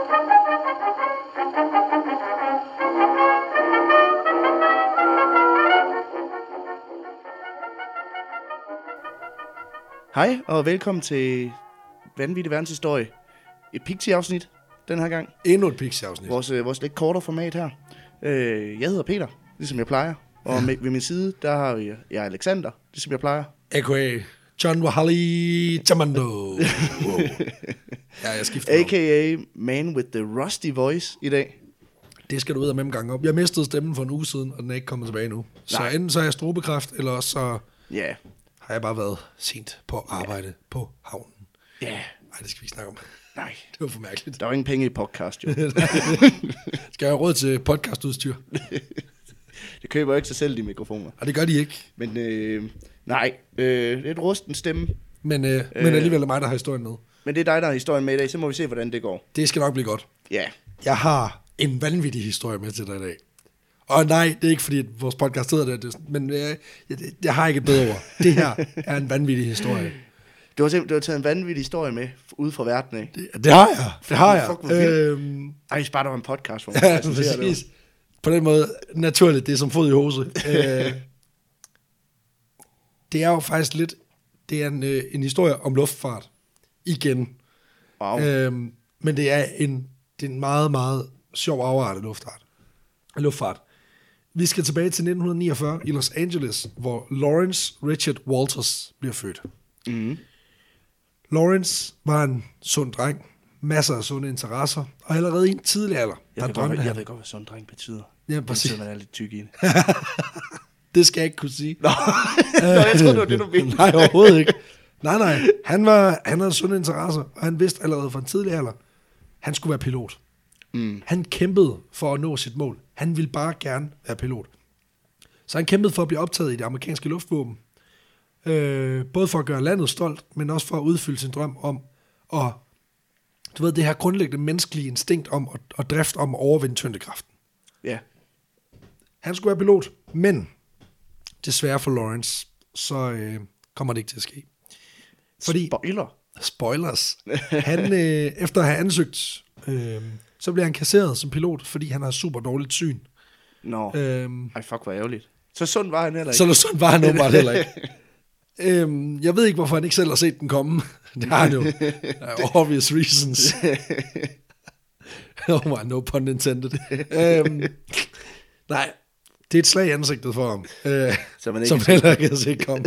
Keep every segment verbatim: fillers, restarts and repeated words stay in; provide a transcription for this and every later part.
Hej og velkommen til Vanvittig Verdenshistorie. Et Pixie-afsnit den her gang. Endnu et Pixie-afsnit. Vores, øh, vores lidt kortere format her. Øh, jeg hedder Peter, ligesom jeg plejer. Og ja. med, ved min side, der har jeg, jeg Alexander, ligesom jeg plejer. A K A John Wahali Tamando. Wow. Ja, jeg skifter A K A Man with the Rusty Voice i dag. Det skal du ud af med en gang op. Jeg mistede stemmen for en uge siden, og den er ikke kommet tilbage nu. Så Nej. enten så er jeg strobekræft, eller også så Ja. har jeg bare været sent på arbejde ja. på havnen. Ja. Nej, det skal vi ikke snakke om. Nej. Det var for mærkeligt. Der er jo ingen penge i podcast, jo. Skal jeg have råd til podcastudstyr? Det køber ikke sig selv, de mikrofoner. Og det gør de ikke. Men øh, nej, øh, det er et rusten stemme. Men, øh, øh, men alligevel er mig, der har historien med. Men det er dig, der har historien med i dag, så må vi se, hvordan det går. Det skal nok blive godt. Ja. Jeg har en vanvittig historie med til dig i dag. Og nej, det er ikke fordi, at vores podcast hedder det, men jeg, jeg, jeg har ikke et bedre ord. Det her er en vanvittig historie. Du har, du har taget en vanvittig historie med, ude fra verden af. Det, det har jeg, det har jeg. Fuck, hvor vildt. Øhm, Ej, jeg sparer dig en podcast, hvor ja, præcis. På den måde, naturligt, det er som fod i hose. øh, det er jo faktisk lidt, det er en, øh, en historie om luftfart. Igen. Wow. Øhm, men det er en, det er en meget, meget sjov afart af luftfart. luftfart. Vi skal tilbage til nitten niogfyrre i Los Angeles, hvor Lawrence Richard Walters bliver født. Mm. Lawrence var en sund dreng, masser af sunde interesser, og allerede i en tidlig alder, Jeg, der ved drømte godt, han. jeg ved godt, hvad sådan en dreng betyder. Ja, Det præcis. betyder, man er lidt tyk i det. Det skal jeg ikke kunne sige. Nå, Nå jeg troede, det var det, du ville. Nej, overhovedet ikke. Nej, nej. Han, var, han havde sunde interesser, og han vidste allerede fra en tidlig alder, han skulle være pilot. Mm. Han kæmpede for at nå sit mål. Han ville bare gerne være pilot. Så han kæmpede for at blive optaget i det amerikanske luftvåben. Øh, både for at gøre landet stolt, men også for at udfylde sin drøm om at, du ved, det her grundlæggende menneskelige instinkt om at, at drift om at overvinde tyngdekraften. Ja. Han skulle være pilot, men desværre for Lawrence, så øh, kommer det ikke til at ske. Fordi, Spoiler. spoilers, han, øh, efter at have ansøgt, øh, så bliver han kasseret som pilot, fordi han har super dårligt syn. Nå. Øhm, Ej, fuck, hvor ærgerligt. Så sund var han heller ikke. så sådan var han åbenbart heller ikke. øhm, jeg ved ikke, hvorfor han ikke selv har set den komme. Det har han jo. Der obvious reasons. Oh my, no pun intended. øhm, nej, det er et slag i ansigtet for ham, øh, Så man ikke som heller ikke har set komme.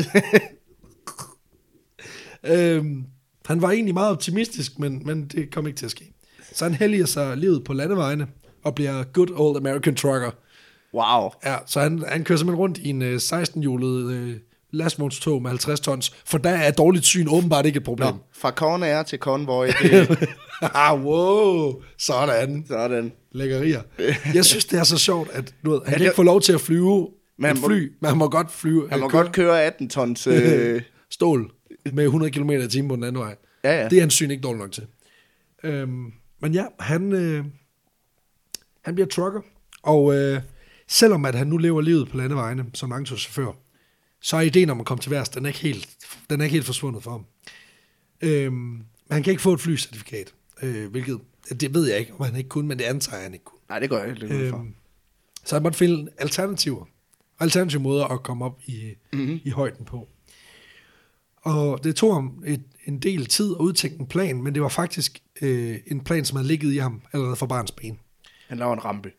øhm, han var egentlig meget optimistisk, men, men det kom ikke til at ske. Så han helliger sig livet på landevejene og bliver good old American trucker. Wow. Ja, så han, han kører simpelthen rundt i en øh, seksten-hjulet øh, lastvognstog med halvtreds tons, for der er dårligt syn åbenbart ikke et problem. Nå, fra Corner til Convoy. Det... ah, wow, sådan. Sådan. Lækkerier. Jeg synes, det er så sjovt, at du ved, han Ja, kan ikke det- få lov til at flyve Men han et må- fly, men han må godt flyve. Han må øh, køre godt køre atten tons. Øh... stål med hundrede kilometer i timen på den anden vej. Ja, ja. Det er hans syn ikke dårligt nok til. Øhm, men ja, han, øh, han bliver trucker, og øh, selvom at han nu lever livet på landevejene som langturschauffør, så er ideen om at komme til værs, den er ikke helt, den er ikke helt forsvundet for ham. Øhm, men han kan ikke få et flycertifikat, øh, hvilket, det ved jeg ikke, om han ikke kunne, men det antager han ikke kunne. Nej, det går jeg ikke lidt for. Øhm, så han måtte finde alternativer, alternative måder at komme op i, mm-hmm. i højden på. Og det tog ham et, en del tid at udtænke en plan, men det var faktisk øh, en plan, som havde ligget i ham allerede fra barns ben. Han laver en rampe.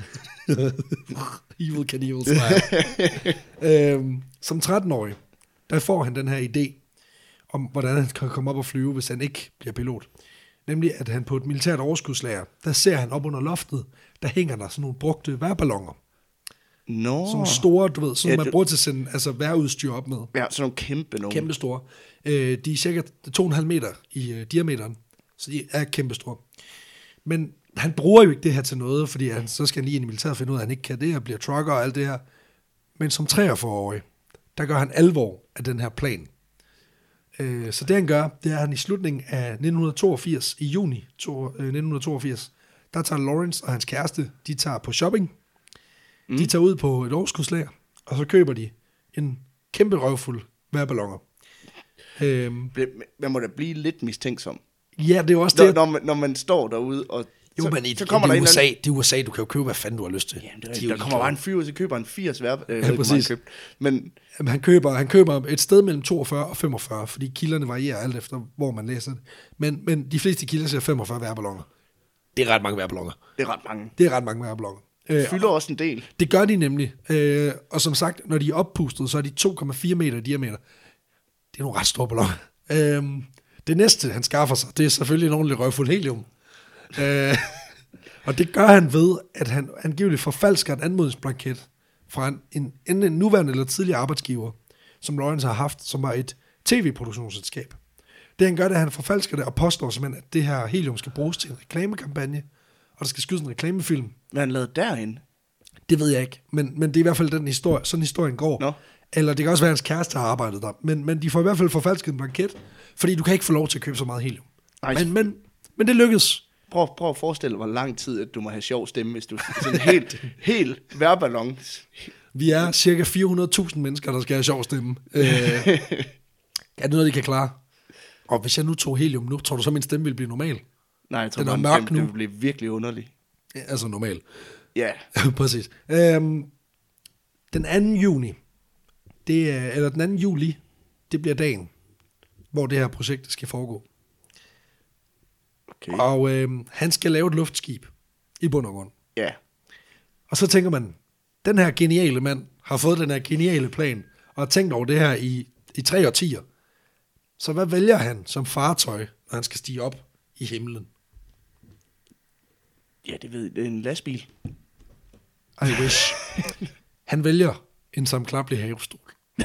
Evil can evil smile. øhm, som tretten-årig, der får han den her idé om, hvordan han kan komme op og flyve, hvis han ikke bliver pilot. Nemlig, at han på et militært overskudslager, der ser han op under loftet, der hænger der sådan nogle brugte vejrballoner. Nå. Sådan nogle store, du ved, sådan Ja, man det- bruger til at sende altså, vejrudstyr op med. Ja, sådan nogle kæmpe nogle. Kæmpe store. Øh, de er cirka to komma fem meter i øh, diameteren, så de er kæmpe store. Men han bruger jo ikke det her til noget, fordi han, så skal han lige ind i militæret finde ud af, at han ikke kan det, og bliver trucker og alt det her. Men som treogfyrre-årig, der gør han alvor af den her plan. Øh, så det han gør, det er, at han i slutningen af nitten toogfirs, i juni to, øh, nitten toogfirs, der tager Lawrence og hans kæreste, de tager på shopping. Mm. De tager ud på et overskudslager, og så køber de en kæmpe røvfuld vejrballoner. Øhm, Man må da blive lidt mistænksom. ja, det er jo også Når, det. når, man, når man står derude og Jo, så, men i, så kommer det, der er U S A, en det er U S A, du kan jo købe, hvad fanden du har lyst til. Jamen, det er, der kommer bare en fyr ud, så køber en firs værb. Øh, ja, præcis. Men Jamen, han, køber, han køber et sted mellem toogfyrre og femogfyrre, fordi kilderne varierer alt efter, hvor man læser det. Men, men de fleste kilder siger femogfyrre vejrballoner. Det er ret mange vejrballoner. det er ret mange. Det er ret mange vejrballoner. Det fylder også en del. Det gør de nemlig. Øh, og som sagt, når de er oppustet, så er de to komma fire meter i diameter. Det er nogle ret store balloner. Øh, det næste, han skaffer sig, det er selvfølgelig en ordentlig røvfuld helium. øh, og det gør han ved, at han angiveligt forfalsker en anmodningsblanket fra en, en, en, en nuværende eller tidligere arbejdsgiver, som Lawrence har haft, som var et tv-produktionsselskab. Det han gør, det er, at han forfalsker det og påstår simpelthen, at det her helium skal bruges til en reklamekampagne, og der skal skydes en reklamefilm. Hvad han lavede derinde? Det ved jeg ikke, men, men det er i hvert fald den historie, sådan historien går. Nå. Eller det kan også være, at hans kæreste har arbejdet der. Men, men de får i hvert fald forfalsket en blanket, fordi du kan ikke få lov til at købe så meget helium. Ej, Men, men, men det lykkedes. Prøv, prøv at forestille dig, hvor lang tid, at du må have sjov stemme, hvis du sådan en helt, helt værballon. Vi er cirka fire hundrede tusind mennesker, der skal have sjov stemme. Øh, er det noget, de kan klare? Og hvis jeg nu tog helium nu, tror du så, min stemme ville blive normal? Nej, jeg tror, Den er den, mørk den, nu. den bliver virkelig underlig. Ja, altså normal. Ja. Præcis. Øhm, den anden juni, det er, eller den anden juli, det bliver dagen, hvor det her projekt skal foregå. Okay. Og øhm, han skal lave et luftskib i bund og grund. Ja. Og så tænker man, den her geniale mand har fået den her geniale plan, og har tænkt over det her i, i tre årtier. Så hvad vælger han som fartøj, når han skal stige op i himlen? Ja, det ved det er en lastbil. I wish. Han vælger en sammenklappelig havestol.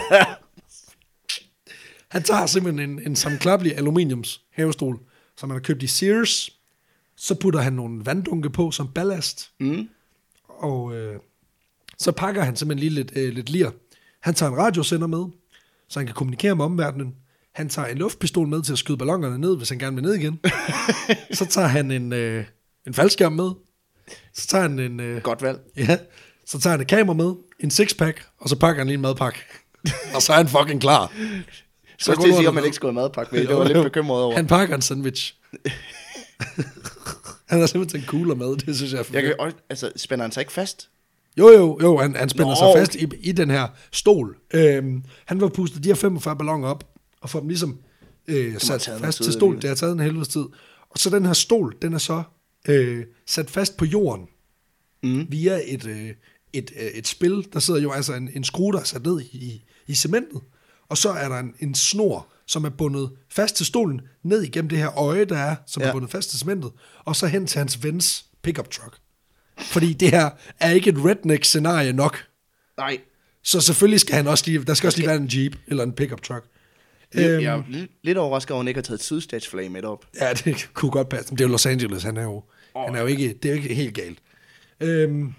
Han tager simpelthen en, en sammenklappelig aluminiums havestol, som han har købt i Sears. Så putter han nogle vanddunke på som ballast. Mm. Og øh, så pakker han simpelthen lige lidt, øh, lidt lir. Han tager en radiosender med, så han kan kommunikere med omverdenen. Han tager en luftpistol med til at skyde ballonerne ned, hvis han gerne vil ned igen. Så tager han en, øh, en faldskærm med. Så tager han en... Øh, Godt valg. Ja, så tager han et kamera med, en sixpack, og så pakker han lige en madpakke. Og så er han fucking klar. Så det siger, at man ikke skulle have madpakke med. Det var lidt bekymret over. Han pakker en sandwich. Han har simpelthen cooler med, det synes jeg er Jeg kan, også, altså, spænder han sig ikke fast? Jo, jo, jo, han, han spænder Nå, sig okay. fast i, i den her stol. Øhm, han var pustet de her femogfyrre balloner op, og får dem ligesom øh, sat fast til stol. Det har taget en helvedes tid. Og så den her stol, den er så øh, sat fast på jorden, mm. via et, øh, et, øh, et spil. Der sidder jo altså en, en skrue, der er sat ned i, i cementet. Og så er der en, en snor, som er bundet fast til stolen, ned igennem det her øje, der er, som ja. er bundet fast til cementet, og så hen til hans vens pickup truck. Fordi det her er ikke et redneck-scenarie nok. Nej. Så selvfølgelig skal han også lige, der skal også lige være en Jeep eller en pickup truck. Jeg, Øhm, jeg er lidt, lidt overrasket over, at han ikke har taget et sydstatsflag med op. Ja, det kunne godt passe. Det er jo Los Angeles, han er jo, oh. han er jo ikke, det er jo ikke helt galt. Øhm,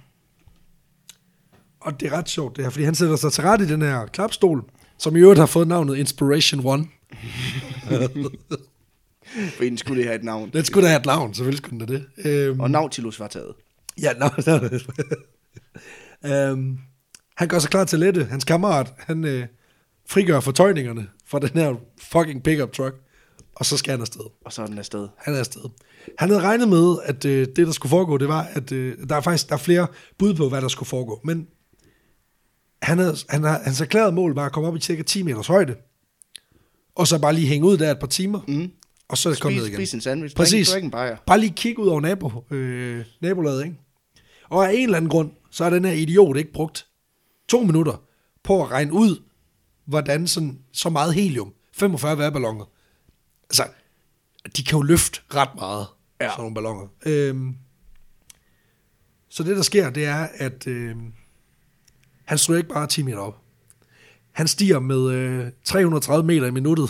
og det er ret sjovt det her, fordi han sætter sig til ret i den her klapstol, som i øvrigt har fået navnet Inspiration One. For inden skulle det have et navn. Den skulle da have et navn, selvfølgelig skulle den da det. Øhm, Og Nautilus var taget. Ja, no, no. øhm, han gør sig klar til lette. Hans kammerat, han øh, frigør fortøjningerne fra den her fucking pickup truck, og så skal han afsted. Og så er den afsted. Han er afsted. Han havde regnet med, at øh, det, der skulle foregå, det var, at øh, der er faktisk der er flere bud på, hvad der skulle foregå. Men han havde, han havde, hans erklærede mål var at komme op i cirka ti meters højde, og så bare lige hænge ud der et par timer, mm. og så er det kommet ned igen. Spis en sandwich. Præcis. Drik en bajer. Bare lige kigge ud over nabo, øh, nabolaget, ikke? Og af en eller anden grund, så er den her idiot ikke brugt to minutter på at regne ud, hvordan sådan, så meget helium, femogfyrre vejrballoner, altså, de kan jo løfte ret meget, ja. Sådan nogle balloner. Øhm, så det, der sker, det er, at øh, han stryger ikke bare ti meter op. Han stiger med øh, tre hundrede og tredive meter i minuttet.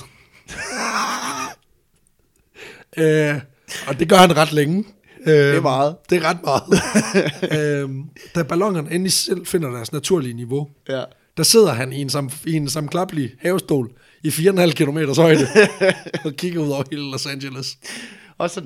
øh, og det gør han ret længe. Øh, det er meget. Det er ret meget. øh, da ballonerne endelig selv finder deres naturlige niveau, ja. der sidder han i en, sam, i en sammenklappelig havestol i fire komma fem kilometers højde og kigger ud over hele Los Angeles. Og sådan...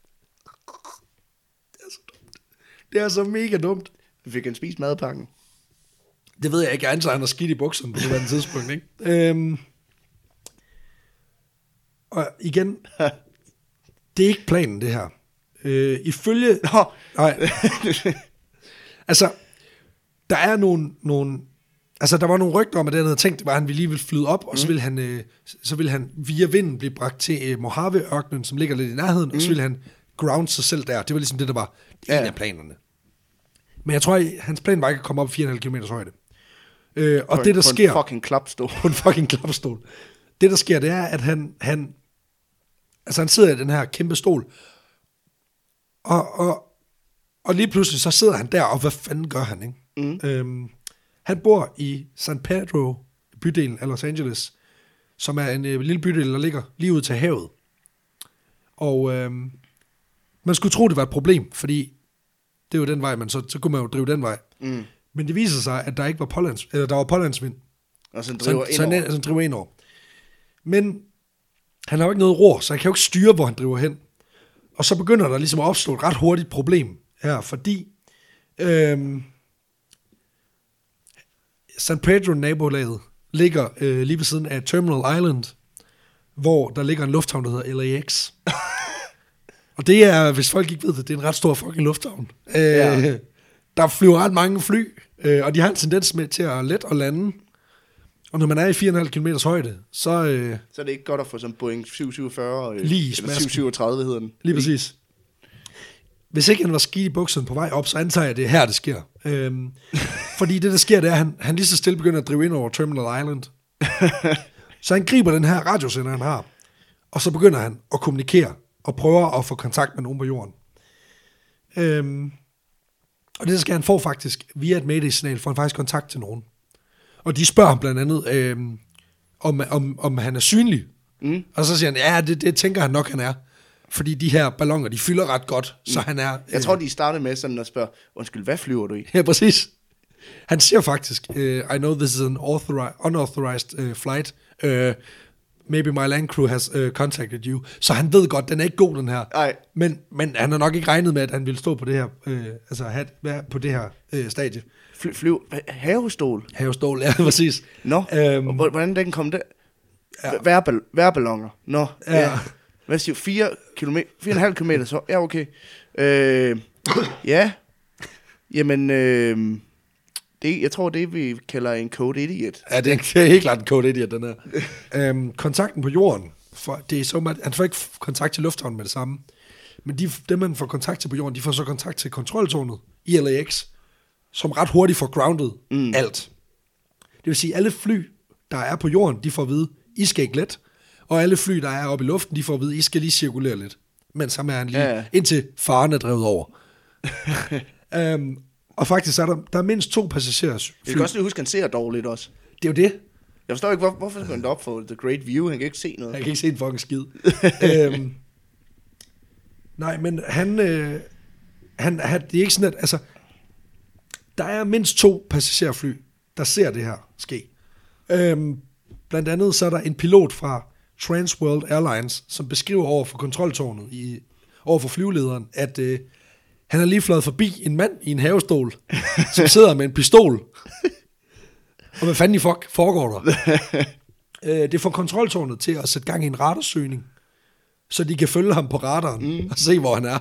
Det er så dumt. Det er så mega dumt. Fik han spist madpakken? Det ved jeg ikke. Jeg antager, han har skidt i bukserne på det tidspunkt, ikke? Øhm, og igen, det er ikke planen, det her. Øh, ifølge... Nå. Nej. Altså, der er nogle, nogle... Altså, der var nogle rygter om, at den havde tænkt, at han ville lige ville flyde op, og mm. så, ville han, øh, så ville han via vinden blive bragt til øh, Mojave-ørkenen, som ligger lidt i nærheden, mm. og så ville han ground sig selv der. Det var ligesom det, der var ja. en af planerne. Men jeg tror, at hans plan var ikke at komme op fire komma fem kilometer højde. Øh, og på det, der en, på sker... en fucking klapstol. På en fucking klapstol. Det, der sker, det er, at han... han altså, han sidder i den her kæmpe stol, og, og, og lige pludselig, så sidder han der, og hvad fanden gør han, ikke? Mm. Øhm, han bor i San Pedro, bydelen af Los Angeles, som er en øh, lille bydel, der ligger lige ud til havet. Og øhm, man skulle tro, det var et problem, fordi det er jo den vej, man så, så kunne man jo drive den vej. Mm. Men det viser sig, at der ikke var pålands, eller der var pålandsvind. Og så driver så, ind over. Så han driver ind over. Men han har jo ikke noget ror, så han kan jo ikke styre, hvor han driver hen. Og så begynder der ligesom at opstå et ret hurtigt problem her, fordi øhm, San Pedro-nabolaget ligger øh, lige ved siden af Terminal Island, hvor der ligger en lufthavn, der hedder L A X. Og det er, hvis folk ikke ved det, det er en ret stor fucking lufthavn. Øh, ja. Der flyver ret mange fly, øh, og de har en tendens med til at lette og lande. Og når man er i fire komma fem kilometers højde, så... Øh, så er det ikke godt at få sådan en Boeing syv syv fyrre, øh, lige eller syv syv tre hedder den. Lige præcis. Hvis ikke han var skidt i bukserne på vej op, så antager jeg, at det er her, det sker. Øhm, fordi det, der sker, det er, at han, han lige så stille begynder at drive ind over Terminal Island. Så han griber den her radiosender, han har, og så begynder han at kommunikere, og prøver at få kontakt med nogen på jorden. Øhm, og det, der sker, han får faktisk, via et mayday-signal, får han faktisk kontakt til nogen. Og de spørger ham blandt andet, øhm, om, om, om han er synlig. Mm. Og så siger han, ja, det, det tænker han nok, han er. Fordi de her balloner, de fylder ret godt, mm. så han er... Jeg tror, de startede med sådan at spørge, undskyld, hvad flyver du i? Ja, præcis. Han siger faktisk, uh, I know this is an authori- unauthorized uh, flight. Uh, maybe my land crew has uh, contacted you. Så han ved godt, den er ikke god, den her. Ej. Men, men han har nok ikke regnet med, at han ville stå på det her, uh, altså have, være på det her uh, stadie. Fly, flyv, havestol? Havestol, ja, præcis. Nå, um, hvordan den kom der? Ja. Værbal- værballoner? Nå, ja. ja. Hvad siger du? fire komma fem kilometer, så? Ja, okay. Øh, ja. Jamen, øh, det, jeg tror, det vi kalder en code idiot. Ja, det er, det er helt klart en code idiot, den her. øhm, kontakten på jorden, for, det er så meget, han får ikke kontakt til lufthavnen med det samme. Men de, dem, man får kontakt til på jorden, de får så kontakt til kontroltårnet i L A X, som ret hurtigt får grounded mm. alt. Det vil sige, alle fly, der er på jorden, de får at vide, I skal ikke let. Og alle fly, der er oppe i luften, de får at vide, I skal lige cirkulere lidt. Mens ham er han lige, ja, ja. indtil faren er drevet over. um, og faktisk er der, der er mindst to passagerer. Jeg kan også lige huske, at han ser dårligt også. Det er jo det. Jeg forstår ikke, hvor, hvorfor skal han op for The Great View? Han kan ikke se noget. Han kan ikke se en fucking skid. um, nej, men han, øh, han, han... Det er ikke sådan, at... Altså, der er mindst to passagerfly, der ser det her ske. Um, blandt andet så er der en pilot fra Trans World Airlines, som beskriver over for kontroltårnet, i, over for flyvelederen, at øh, han er lige fløjet forbi en mand i en havestol, som sidder med en pistol. Og hvad fanden i fuck foregår der? øh, det får kontroltårnet til at sætte gang i en radarsøgning, så de kan følge ham på radaren mm. og se, hvor han er.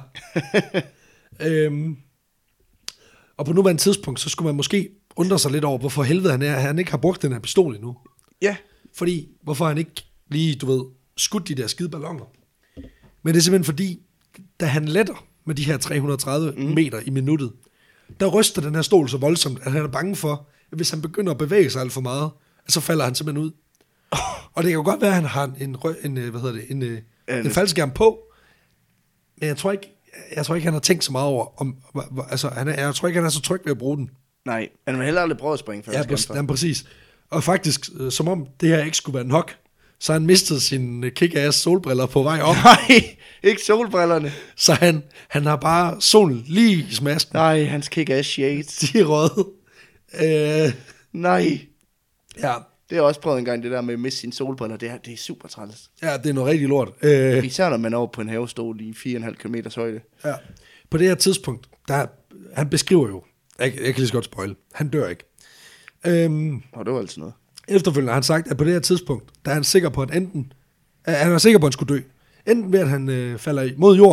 øhm, og på nuværende tidspunkt, så skulle man måske undre sig lidt over, hvorfor helvede han er, han ikke har brugt den her pistol endnu. Ja. Fordi, hvorfor han ikke lige, du ved, skudt de der skide balloner. Men det er simpelthen fordi, da han letter med de her tre hundrede og tredive mm. meter i minuttet, der ryster den her stol så voldsomt, at han er bange for, at hvis han begynder at bevæge sig alt for meget, så falder han simpelthen ud. Oh. Og det kan jo godt være, at han har en, en, en hvad hedder det, en, en, en faldskærm på, men jeg tror ikke, jeg tror ikke, han har tænkt så meget over, om, altså, han er, jeg tror ikke, han er så tryg ved at bruge den. Nej, han har heller aldrig prøvet at springe faldskærm. Ja, ja, præcis. Og faktisk, øh, som om det her ikke skulle være nok, så har han mistet sine kick-ass solbriller på vej op. Nej, ikke solbrillerne. Så han, han har bare solen lige i smasken. Nej, hans kick-ass shades. De er røde. Øh, Nej. Ja. Det har også prøvet en gang, det der med at miste sine solbriller. Det er, det er super træls. Ja, det er noget rigtig lort. Øh, Især når man er over på en havestol i fire komma fem kilometers højde. Ja. På det her tidspunkt, der, han beskriver jo, jeg, jeg kan lige så godt spoil, han dør ikke. Øhm, og det var altid noget. Efterfølgende har han sagt, at på det her tidspunkt, der er han sikker på, at enten, at han er sikker på, at han skulle dø. Enten ved, at han øh, falder mod jorden,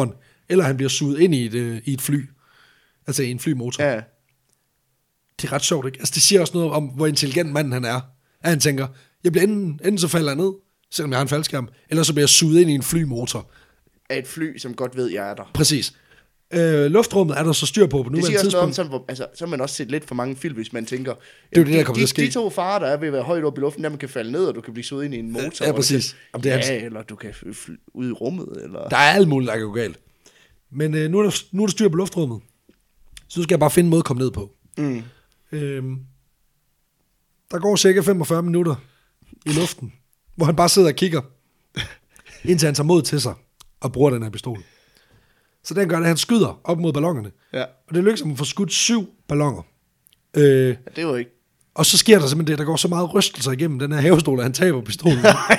eller han bliver suget ind i et, øh, i et fly. Altså i en flymotor. Ja. Det er ret sjovt, ikke? Altså det siger også noget om, hvor intelligent manden han er. At han tænker, jeg bliver enten, enten så falder jeg ned, selvom jeg har en faldskærm, eller så bliver jeg suget ind i en flymotor. Af et fly, som godt ved, jeg er der. Præcis. Øh, luftrummet er der så styr på på nuværende tidspunkt. Det siger også noget om, sådan, altså, så har man også set lidt for mange film, hvis man tænker, det er jo det, der kommer de, til at ske. De to farer, der er ved at være højt op i luften, der man kan falde ned, og du kan blive suget ind i en motor. Ja, præcis. Kan, det er ja, eller du kan fly ud i rummet. Eller... Der er alt muligt, der kan gå galt. Men øh, nu, er der, nu er der styr på luftrummet. Så nu skal jeg bare finde en måde at komme ned på. Mm. Øhm, der går cirka femogfyrre minutter i luften, hvor han bare sidder og kigger, indtil han tager mod til sig og bruger den her pistol. Så den gør det, at han skyder op mod ballonerne. Ja. Og det lykkes ham at få skudt syv balloner. Øh, ja, det var ikke. Og så sker der simpelthen det, der går så meget rystelser igennem den her havestol, at han taber pistolen. Nej.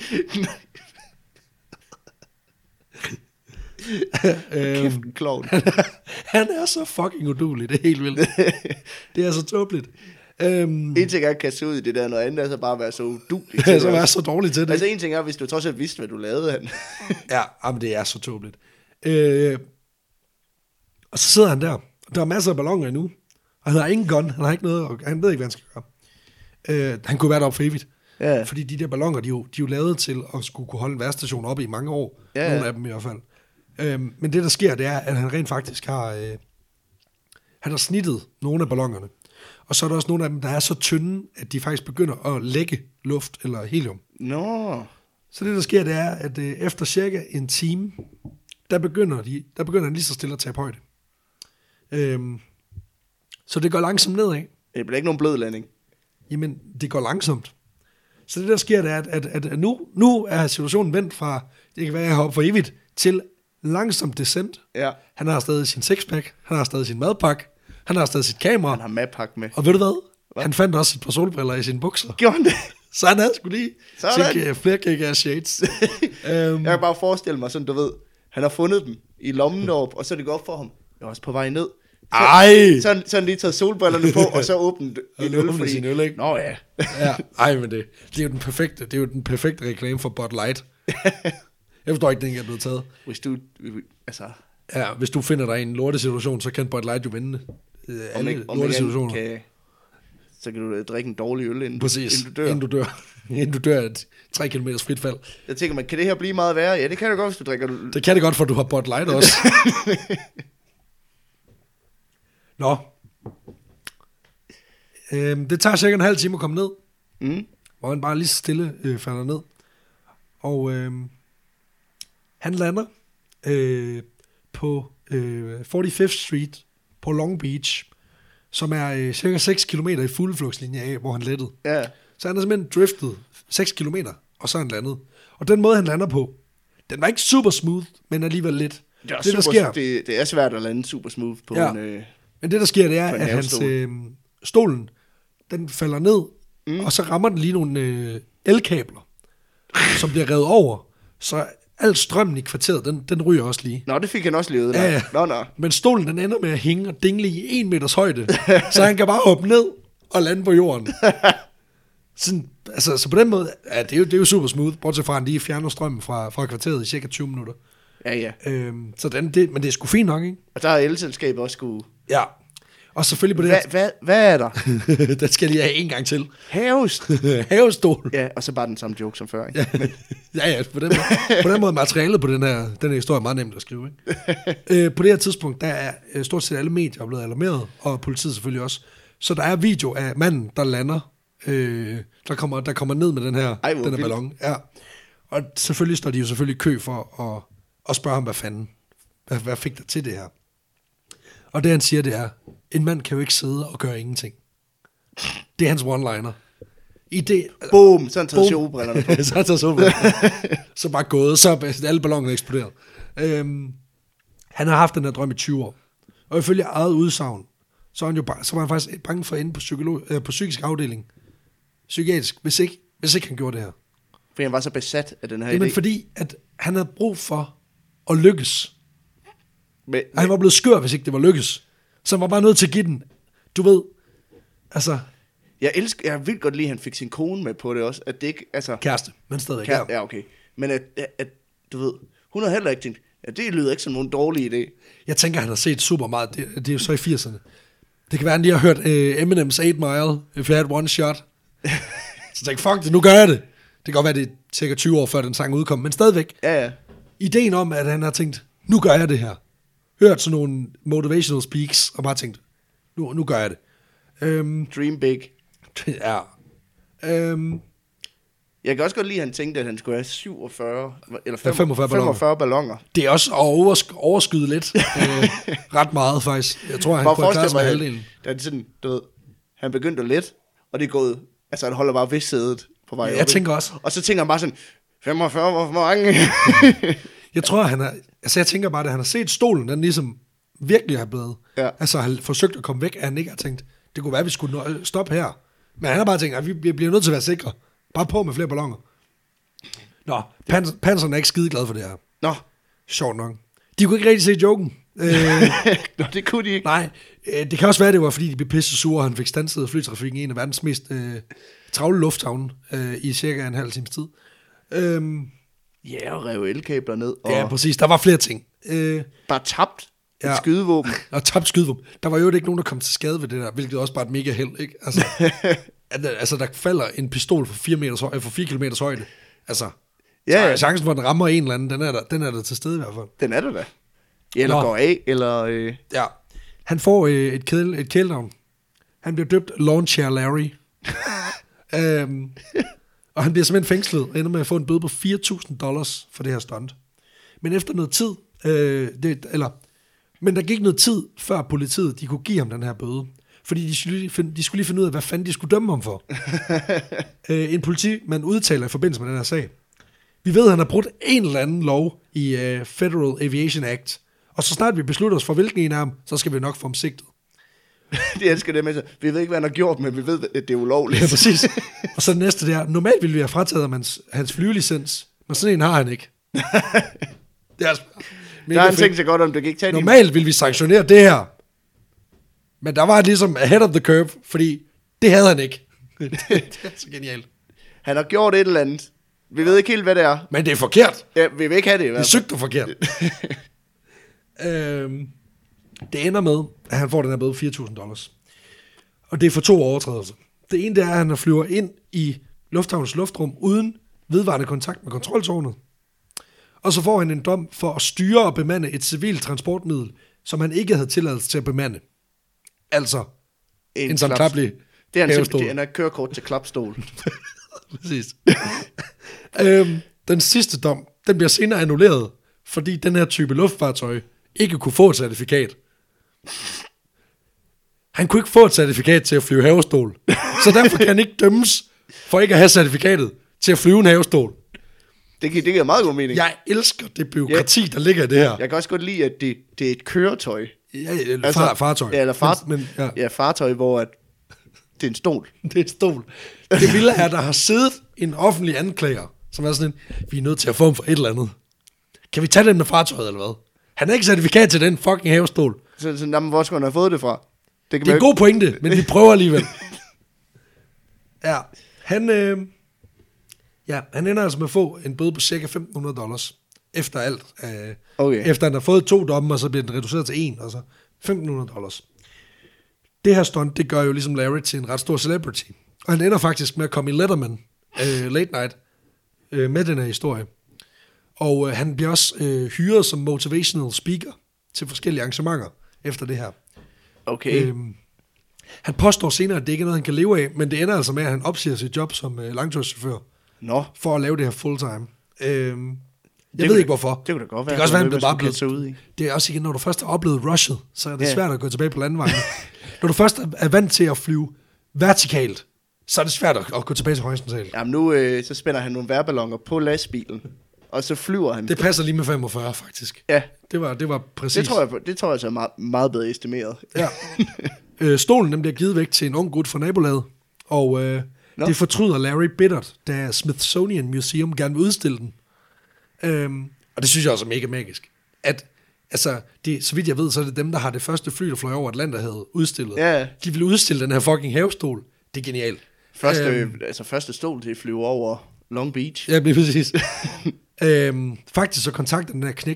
Kæft en klovn. Han er så fucking uduelig, det er helt vildt. Det er så tåbeligt. Um, en ting er at kaste ud i det der, noget andet er så bare at være så uduelig. Ja, så være så dårlig til det. Altså en ting er, hvis du trods alt vidste, hvad du lavede, han. Ja, men det er så tåbeligt. Øh, og så sidder han der. Der er masser af balloner endnu. Og han har ingen gun, han har ikke noget, og han ved ikke, hvad han skal gøre. Øh, han kunne være deroppe for evigt. Ja. Fordi de der balloner, de er, jo, de er jo lavet til at skulle kunne holde en værstation oppe i mange år. Ja. Nogle af dem i hvert fald. Øh, men det, der sker, det er, at han rent faktisk har... Øh, han har snittet nogle af ballonerne. Og så er der også nogle af dem, der er så tynde, at de faktisk begynder at lægge luft eller helium. Nå. No. Så det, der sker, det er, at øh, efter cirka en time, der begynder, de, der begynder han lige så stille at tage højde. Øhm, så det går langsomt nedad. Det bliver ikke nogen blød landing. Jamen, det går langsomt. Så det, der sker, det er, at, at, at nu, nu er situationen vendt fra, det kan være, at jeg hopper for evigt, til langsomt descent. Ja. Han har stadig sin sixpack, han har stadig sin madpakke, han har stadig sit kamera. Han har madpakke med. Og ved du hvad? hvad? Han fandt også et par solbriller i sine bukser. Gjorde han det? Så han havde sgu lige sin flere kick-ass shades. um, jeg kan bare forestille mig sådan, du ved, han har fundet dem i lommen deroppe, og så er det godt for ham. Jeg er også på vej ned. Så, Ej! Så, så han lige taget solbrillerne på, og så åbnet en øl, fordi... sin øl, ikke? Nå ja. Ja. Ej, men det, det er jo den perfekte, det er jo den perfekte reklame for Bud Light. Jeg forstår ikke, den ikke er blevet taget. Hvis du, altså... Ja, hvis du finder dig i en lortesituation, så kan Bud Light jo vinde øh, alle ikke, lortesituationer. Kan, så kan du drikke en dårlig øl, inden, Præcis, inden du dør. Inden du dør. Inden du dør et tre kilometers frit fald. Jeg tænker, man, kan det her blive meget værre? Ja, det kan det godt, hvis du drikker... Det kan det godt, for du har Bud Light også. Nå. Øhm, det tager cirka en halv time at komme ned. Mm. Hvor han bare lige stille øh, falder ned. Og øh, han lander øh, på øh, forty-fifth Street på Long Beach, som er øh, cirka seks kilometer i fugleflugtslinje af, hvor han lettede. Ja. Så han er simpelthen driftet seks kilometer, og så er han landet. Og den måde, han lander på, den var ikke super smooth, men alligevel lidt. Det, det, super, der sker, det, det er svært at lande super smooth på ja. en øh, Men det, der sker, det er, at hans øh, stolen, den falder ned, mm. og så rammer den lige nogle øh, elkabler, som bliver revet over. Så al strømmen i kvarteret, den, den ryger også lige. Nå, det fik han også levet. Ja, ja. Nå, nå. Men stolen, den ender med at hænge og dingle i en meters højde, så han kan bare hoppe ned og lande på jorden. Sådan, altså, så på den måde, ja, det er jo, det er jo super smooth, bortset fra, at han lige fjerner strømmen fra, fra kvarteret i cirka tyve minutter. Ja, ja. Øhm, så den, det, men det er sgu fint nok, ikke? Og der er elselskabet også sgu... Ja. Og selvfølgelig på det Hva, her... Hvad hvad er der? Den skal jeg lige have en gang til. Havest. Havestol. Ja, og så bare den samme joke som før, ikke? ja, ja, på den måde, på den måde materialet på den her, den her historie er meget nemt at skrive, ikke? øh, på det her tidspunkt, der er stort set alle medier blevet alarmeret, og politiet selvfølgelig også. Så der er video af manden, der lander, øh, der, kommer, der kommer ned med den her, Ej, den her ballon. Ja. Og selvfølgelig står de jo selvfølgelig i kø for at, at spørge ham, hvad fanden, hvad, hvad fik der til det her? Og det han siger, det er, en mand kan jo ikke sidde og gøre ingenting. Det er hans one-liner. I det... Boom! Så han tager solbrillerne på. så han tager solbrillerne. Så bare gået, så er alle ballonerne eksploderet. Øhm, han har haft den her drøm i tyve år. Og ifølge eget udsagn, så var han jo bare, så var han faktisk bange for at ende på, psykolog, øh, på psykisk afdeling. Psykiatrisk, hvis ikke, hvis ikke han gjorde det her. Fordi han var så besat af den her Jamen idé. fordi, at han havde brug for at lykkes. Men, og han var blevet skør, hvis ikke det var lykkes. Så han var bare nødt til at give den. Du ved, altså... Jeg elsker, jeg vil godt lide, at han fik sin kone med på det også. At det ikke, altså... Kæreste, men stadig kæreste, ja. Ja, okay. Men at, at, at, du ved, hun har heller ikke tænkt, Ja, det lyder ikke som nogen dårlig idé. Jeg tænker, han har set super meget. Det, det er jo så i firserne. Det kan være, at han lige har hørt uh, Eminem's eight mile, If You Had One Shot. Så tænkte fuck det, nu gør jeg det. Det kan godt være, det er cirka tyve år før den sang udkom, men stadigvæk. Ja, ja. Ideen om, at han har tænkt, nu gør jeg det her. Hørt sådan nogle motivational speaks, og bare tænkt, nu, nu gør jeg det. Um, Dream big. ja. Um, Jeg kan også godt lide, at han tænkte, at han skulle have syvogfyrre eller Ja, femogfyrre femogfyrre balloner. Det er også at oversk- overskyde lidt. øh, ret meget, faktisk. Jeg tror, han Bare kunne have klaret forestil sig mig, med halvdelen. Da det sådan, du ved, han begyndte let, og det er gået, altså han holder bare ved sædet på vej Ja, op, jeg ikke? tænker også. Og så tænker han bare sådan, femogfyrre, hvor mange? Jeg tror, han har... Altså, jeg tænker bare, at han har set stolen, den ligesom virkelig har blevet... Ja. Altså, har forsøgt at komme væk, at han ikke har tænkt, det kunne være, at vi skulle nå- stoppe her. Men han har bare tænkt, at vi vi bliver nødt til at være sikre. Bare på med flere balloner. Nå, Pans- Panseren er ikke skide glad for det her. Nå. Sjovt nok. De kunne ikke rigtig se joken. Øh, Nå, det kunne de ikke. nej, øh, det kan også være, det var, fordi de blev pisse sure, og han fik standset flytrafikken i en af verdens mest øh, travle lufthavne øh, i cirka en halv times tid. Øhm, Ja, og rev elkabler ned, og ja, præcis. Der var flere ting. Øh, bare tabt et Ja. skydevåben. og tabt skydevåben. Der var jo ikke nogen, der kom til skade ved det der, hvilket også bare et mega held, ikke? Altså, at, altså der falder en pistol for fire, meters højde, for fire kilometers højde. Altså, Ja, ja, ja. chancen for, at den rammer en eller anden, den er der, den er der til stede i hvert fald. Den er der da. Eller Nå. går af, eller... Øh... Ja. Han får øh, et, kæl, et kælenavn. Han bliver døbt Lawn Chair Larry. øhm, og han bliver simpelthen fængslet og ender med at få en bøde på fire tusind dollars for det her stunt. Men efter noget tid, øh, det, eller, men der gik noget tid, før politiet de kunne give ham den her bøde. Fordi de skulle, lige finde, de skulle lige finde ud af, hvad fanden de skulle dømme ham for. øh, en politimand udtaler i forbindelse med den her sag. Vi ved, at han har brudt en eller anden lov i uh, Federal Aviation Act. Og så snart vi beslutter os for, hvilken en af ham, så skal vi nok få ham sigtet. De elsker det med sig. Vi ved ikke, hvad han har gjort, men vi ved, at det er ulovligt. Ja, præcis. Og så det næste der. Normalt ville vi have frataget ham hans, hans flyvelicens, men sådan en har han ikke. Det er altså Der har han tænkt sig godt om, det kan ikke tage din... Normalt ville vi sanktionere det her. Men der var det ligesom ahead of the curve, fordi det havde han ikke. det, det er så genialt. Han har gjort et eller andet. Vi ved ikke helt, hvad det er. Men det er forkert. Ja, vi vil ikke have det i Det er hvert fald. sygt og forkert. øhm, det ender med, at han får den her bøde fire tusind dollars. Og det er for to overtrædelser. Det ene det er, at han flyver ind i lufthavnens luftrum uden vedvarende kontakt med kontroltårnet. Og så får han en dom for at styre og bemande et civilt transportmiddel, som han ikke havde tilladelse til at bemande. Altså en, en sammenklaplig Det er han havestol. simpelthen, han har kørekort til klapstol. Præcis. øhm, den sidste dom, den bliver senere annulleret, fordi den her type luftfartøj ikke kunne få et certifikat. Han kunne ikke få et certifikat til at flyve havestol, så derfor kan han ikke dømmes for ikke at have certifikatet til at flyve en havestol. Det, giver, det giver meget god mening. Jeg elsker det bureaukrati, der ligger i det her. Jeg kan også godt lide, at det, det er et køretøj. Ja, ja, altså, far, fartøj. Ja, eller far, men, men, ja. ja, fartøj, hvor at, det er en stol. Det er en stol. Det vilde er, at der har siddet en offentlig anklager, som er sådan en, vi er nødt til at få ham for et eller andet. Kan vi tage den med fartøjet, eller hvad? Han har ikke certifikat til den fucking havestol. Så, så jamen, hvor skulle han have fået det fra? Det, kan Det er en god pointe, men vi prøver alligevel. Ja, han, øh, ja, han ender altså med at få en bøde på cirka femten hundrede dollars. Efter alt. Øh, Okay. Efter han har fået to domme, og så bliver den reduceret til en, og så femten hundrede dollars. Det her stunt, det gør jo ligesom Larry til en ret stor celebrity. Og han ender faktisk med at komme i Letterman øh, Late Night øh, med den her historie. Og øh, han bliver også øh, hyret som motivational speaker til forskellige arrangementer efter det her. Okay. Øhm, han påstår senere, at det ikke er noget, han kan leve af, men det ender altså med, at han opsiger sit job som øh, langturschauffør Nå. for at lave det her fulltime. Øhm, jeg Det ved kunne- ikke, hvorfor. Det kunne da godt være. Det kan også være, han man blev bare skulle blevet... kaste sig ud i. Det er også igen, når du først har oplevet rushet, så er det Ja. svært at gå tilbage på landvejen. Når du først er vant til at flyve vertikalt, så er det svært at at gå tilbage til horisontalt. Jamen nu, øh, så spænder han nogle vejrballoner på lastbilen, og så flyver han. Det passer lige med femogfyrre, faktisk. Ja, Det var, det var præcis. det tror jeg, det tror jeg så er meget, meget bedre estimeret. Ja. øh, stolen den bliver givet væk til en ung gut fra nabolaget, og øh, Nå. det fortryder Larry bittert, da Smithsonian Museum gerne vil udstille den. Øhm, og det synes jeg også er mega magisk. At, altså, det, så vidt jeg ved, så er det dem, der har det første fly, der fløj over Atlanterhavet, udstillet. Ja. De vil udstille den her fucking havestol. Det er genialt. Første, Øhm. øhm, altså første stol til at flyve over Long Beach. Ja, det er præcis. øhm, faktisk så kontakter den her knægt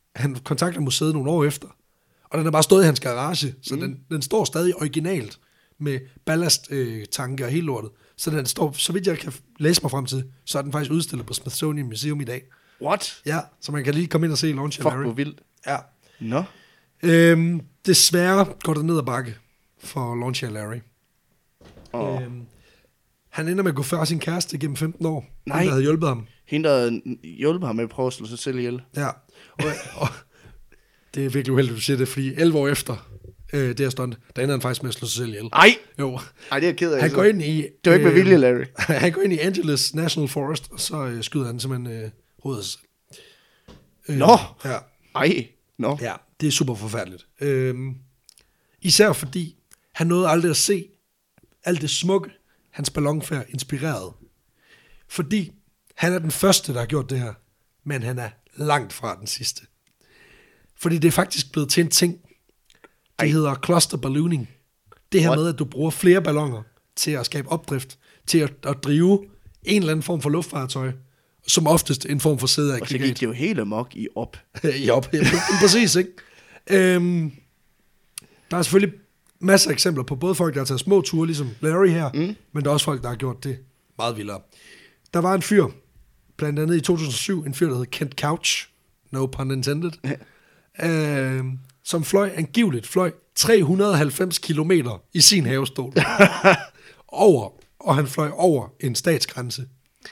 han kontakter museet nogle år efter, og den er bare stået i hans garage, så mm. den, den står stadig originalt med ballasttanke øh, og hele lortet. Så den står, så vidt jeg kan læse mig frem til, så er den faktisk udstillet på Smithsonian Museum i dag. What? Ja, så man kan lige komme ind og se Launcher Larry. Fuck, hvor vildt. Ja. Nå. Øhm, desværre går det ned ad bakke for Launcher Larry. Oh. Øhm, han ender med at gå før sin kæreste gennem femten år. Nej. Hende, der havde hjulpet ham. Hende, der havde hjulpet ham med at prøve at slå sig selv ihjel. Ja, og, og det er virkelig uheldigt, at du siger det, fordi elleve år efter øh, det her stunt, der ender han faktisk med at slå sig selv ihjel. Nej! Jo. Ej, det er jeg ked af. Han går ind i... Det var ikke med vilje, Larry. Han går ind i Angeles National Forest, og så øh, skyder han simpelthen øh, hovedet af sig selv. Øh, Nå! Ja. Ej, nå. Ja, det er super forfærdeligt. Øhm, især fordi, han nåede aldrig at se alt det smukke, hans ballonfærd inspirerede. Fordi han er den første, der har gjort det her, men han er langt fra den sidste. Fordi det er faktisk blevet til en ting. Det Ej. hedder cluster ballooning. Det her What? med, at du bruger flere balloner til at skabe opdrift, til at, at drive en eller anden form for luftfartøj, som oftest en form for sædeaggregat. Og så gik det jo helt amok i op. I op, ja, præcis, ikke? Øhm, der er selvfølgelig masser af eksempler på både folk, der har taget små ture, ligesom Larry her, mm. men der er også folk, der har gjort det meget vildere. Der var en fyr, blandt andet i to tusind og syv, en fyr, der hed Kent Couch, no pun intended, øhm, som fløj angiveligt, fløj tre hundrede og halvfems kilometer i sin havestol. over, og han fløj over en statsgrænse.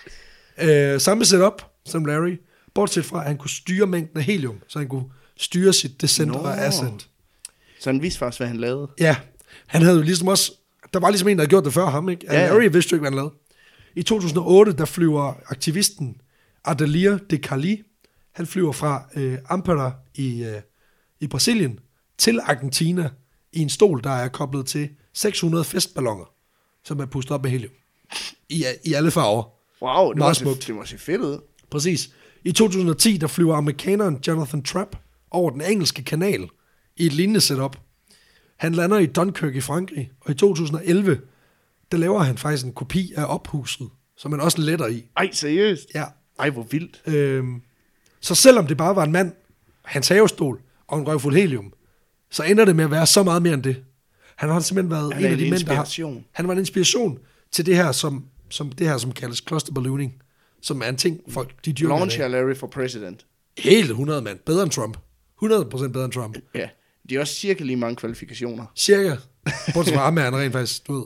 Øh, samme setup som Larry, bortset fra, at han kunne styre mængden af helium, så han kunne styre sit descent og ascent. Så han vidste faktisk, hvad han lavede. Ja, han havde jo ligesom også, der var ligesom en, der havde gjort det før ham, ikke? Ja, ja. Larry vidste jo ikke, hvad han lavede. I to tusind og otte, der flyver aktivisten Adalir de Cali, han flyver fra øh, Ampara i, øh, i Brasilien til Argentina i en stol, der er koblet til seks hundrede festballoner, som er pustet op med helium. I, i alle farver. Wow, det må, se, det må se fedt ud. Præcis. I to tusind og ti, der flyver amerikaneren Jonathan Trapp over den engelske kanal i et lignende setup. Han lander i Dunkirk i Frankrig, og i to tusind og elleve, der laver han faktisk en kopi af ophuset, som man også letter i. Ej, seriøst? Ja. Ej, hvor vildt. Øhm, så selvom det bare var en mand, hans havestol og en røvfuld helium, så ender det med at være så meget mere end det. Han har simpelthen været han en af de en mænd, der har... Han var en inspiration til det her, som, som, det her, som kaldes cluster ballooning, som er en ting, folk de dyrker. Launcher Larry for president. Helt hundrede mand. Bedre end Trump. hundrede procent bedre end Trump. Ja, de er også cirka lige mange kvalifikationer. Cirka. Bortset fra ham, han rent faktisk, du ved,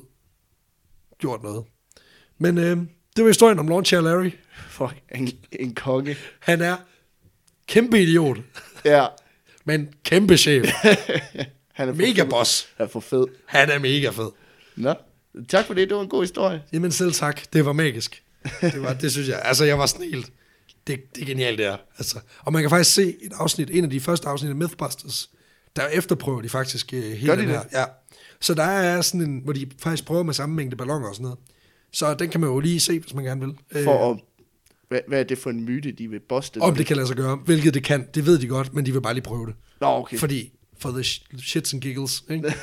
gjort noget. Men øh, det var historien om Launcher Larry. Fuck, en, en konge. Han er kæmpe idiot. Ja. Men kæmpe chef. Han er mega boss. Han er for fed. Han er mega fed. Nå, tak for det. Det var en god historie. Jamen selv tak. Det var magisk. Det, var, det synes jeg. Altså, jeg var sådan helt... Det, det er genialt, det er. Altså, og man kan faktisk se et afsnit, en af de første afsnit af Mythbusters, der efterprøver de faktisk uh, hele den her. Ja. Så der er sådan en, hvor de faktisk prøver med samme mængde balloner og sådan noget. Så den kan man jo lige se, hvis man gerne vil. For at, hvad, hvad er det for en myte, de vil buste? Om det kan lade sig gøre. Hvilket det kan, det ved de godt, men de vil bare lige prøve det. Nå, okay. Fordi, for the shits and giggles. Ikke?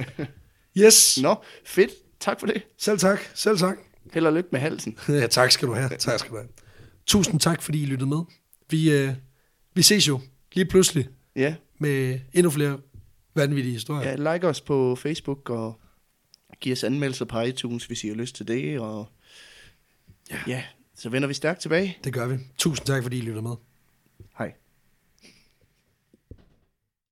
Yes. Nå, fedt. Tak for det. Selv tak. Selv tak. Held og lykke med halsen. Ja, tak skal du have. Tak skal du have. Tusind tak, fordi I lyttede med. Vi, øh, vi ses jo lige pludselig ja. med endnu flere vanvittige historier. Ja, like os på Facebook og giv os anmeldelser på iTunes, hvis I har lyst til det. Og ja, ja så vender vi stærkt tilbage. Det gør vi. Tusind tak, fordi I lyttede med. Hej.